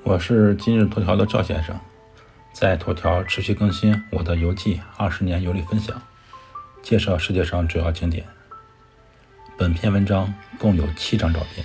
我是今日头条的赵先生，在头条持续更新我的游记20年游历分享，介绍世界上主要景点。本篇文章共有7张照片。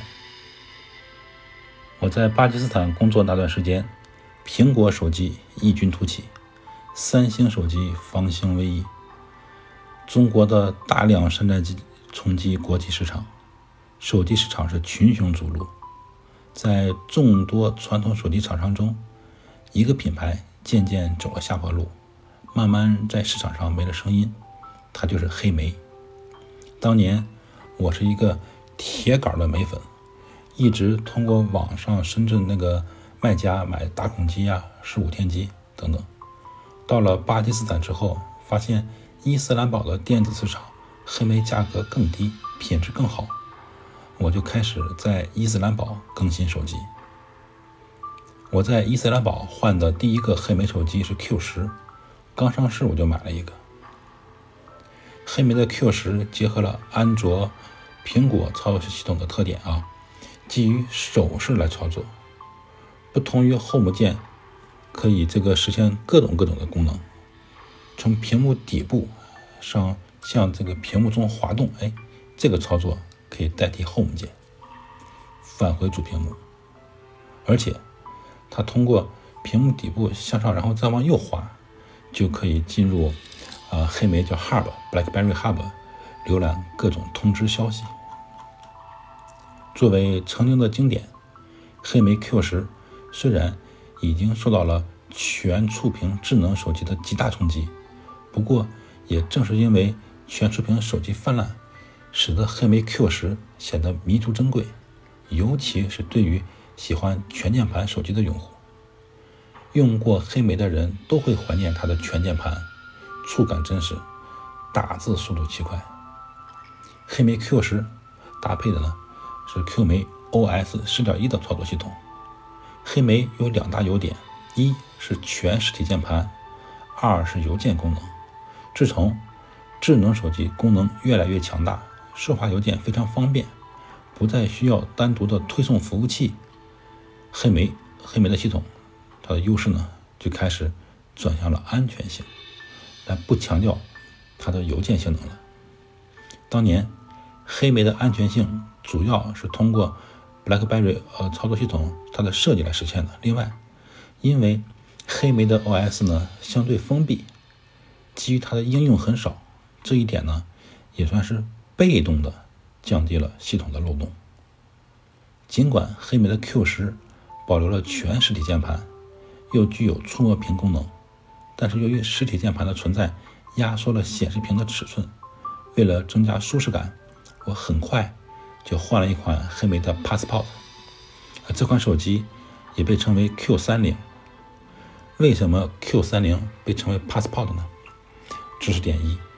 我在巴基斯坦工作那段时间，苹果手机异军突起，三星手机方兴未艾，中国的大量山寨机冲击国际市场，手机市场是群雄逐鹿。在众多传统手机厂商中，一个品牌渐渐走了下坡路，慢慢在市场上没了声音，它就是黑莓。当年我是一个铁杆的莓粉，一直通过网上深圳那个卖家买打孔机15天机等等。到了巴基斯坦之后，发现伊斯兰堡的电子市场黑莓价格更低，品质更好，我就开始在伊斯兰堡更新手机。我在伊斯兰堡换的第一个黑莓手机是 Q10， 刚上市我就买了一个。黑莓的 Q10 结合了安卓、苹果操作系统的特点基于手势来操作，不同于 Home 键，可以实现各种的功能。从屏幕底部上向这个屏幕中滑动，这个操作可以代替 Home 键，返回主屏幕。而且它通过屏幕底部向上，然后再往右滑，就可以进入黑莓叫 Hub BlackBerry Hub 浏览各种通知消息。作为曾经的经典，黑莓 Q10 虽然已经受到了全触屏智能手机的极大冲击，不过也正是因为全触屏手机泛滥，使得黑莓 Q10 显得弥足珍贵，尤其是对于喜欢全键盘手机的用户。用过黑莓的人都会怀念它的全键盘，触感真实，打字速度奇快。黑莓 Q10 搭配的是 Q 莓 OS 10.1 的操作系统。黑莓有2大优点，一是全实体键盘，二是邮件功能。自从智能手机功能越来越强大，收发邮件非常方便，不再需要单独的推送服务器，黑莓的系统它的优势就开始转向了安全性，但不强调它的邮件性能了。当年黑莓的安全性主要是通过 BlackBerry 操作系统它的设计来实现的。另外，因为黑莓的 OS 相对封闭，基于它的应用很少，这一点也算是被动的降低了系统的漏洞。尽管黑莓的 Q10 保留了全实体键盘，又具有触摸屏功能，但是由于实体键盘的存在压缩了显示屏的尺寸，为了增加舒适感，我很快就换了一款黑莓的 Passport， 这款手机也被称为 Q30。 为什么 Q30 被称为 Passport 呢？知识点一，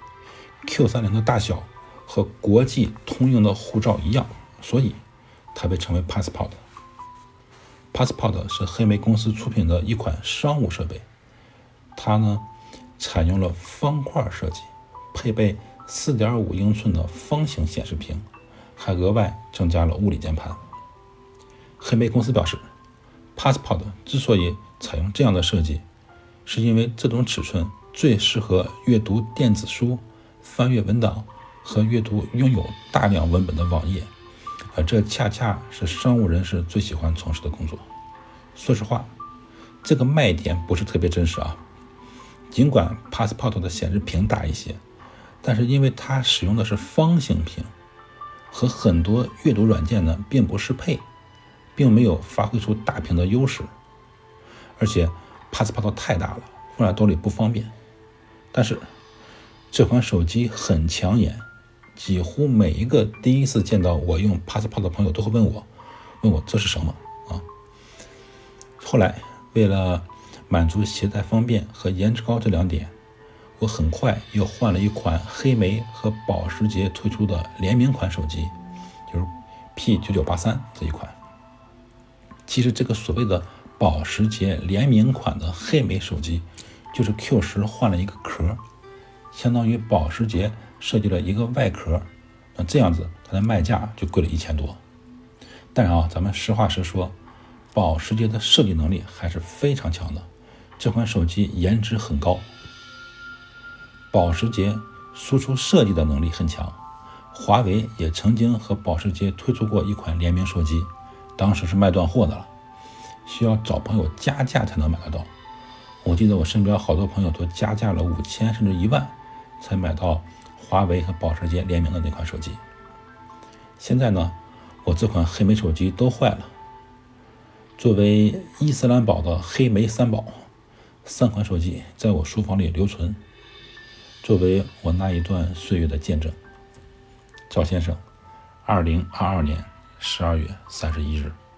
Q30 的大小和国际通用的护照一样，所以它被称为 Passport。 Passport 是黑莓公司出品的一款商务设备，它采用了方块设计，配备 4.5 英寸的方形显示屏，还额外增加了物理键盘。黑莓公司表示， Passport 之所以采用这样的设计，是因为这种尺寸最适合阅读电子书、翻阅文档和阅读拥有大量文本的网页，而这恰恰是商务人士最喜欢从事的工作。说实话，这个卖点不是特别真实尽管 Passport 的显示屏大一些，但是因为它使用的是方形屏，和很多阅读软件并不适配，并没有发挥出大屏的优势。而且 Passport 太大了，放在兜里不方便。但是这款手机很抢眼，几乎每一个第一次见到我用 Passport 的朋友都会问我这是什么后来为了满足携带方便和颜值高这2点，我很快又换了一款黑莓和保时捷推出的联名款手机，就是 P9983 这一款。其实这个所谓的保时捷联名款的黑莓手机，就是 Q10 换了一个壳，相当于保时捷设计了一个外壳，那这样子它的卖价就贵了1000多。但是咱们实话实说， 保时捷的设计能力还是非常强的，这款手机颜值很高。保时捷输出设计的能力很强，华为也曾经和保时捷推出过一款联名手机，当时是卖断货的了，需要找朋友加价才能买得到。我记得我身边好多朋友都加价了5000甚至1万才买到华为和保时捷联名的那款手机。现在呢，我这款黑莓手机都坏了。作为伊斯兰堡的黑莓三宝，3款手机在我书房里留存，作为我那一段岁月的见证。赵先生，2022年12月31日。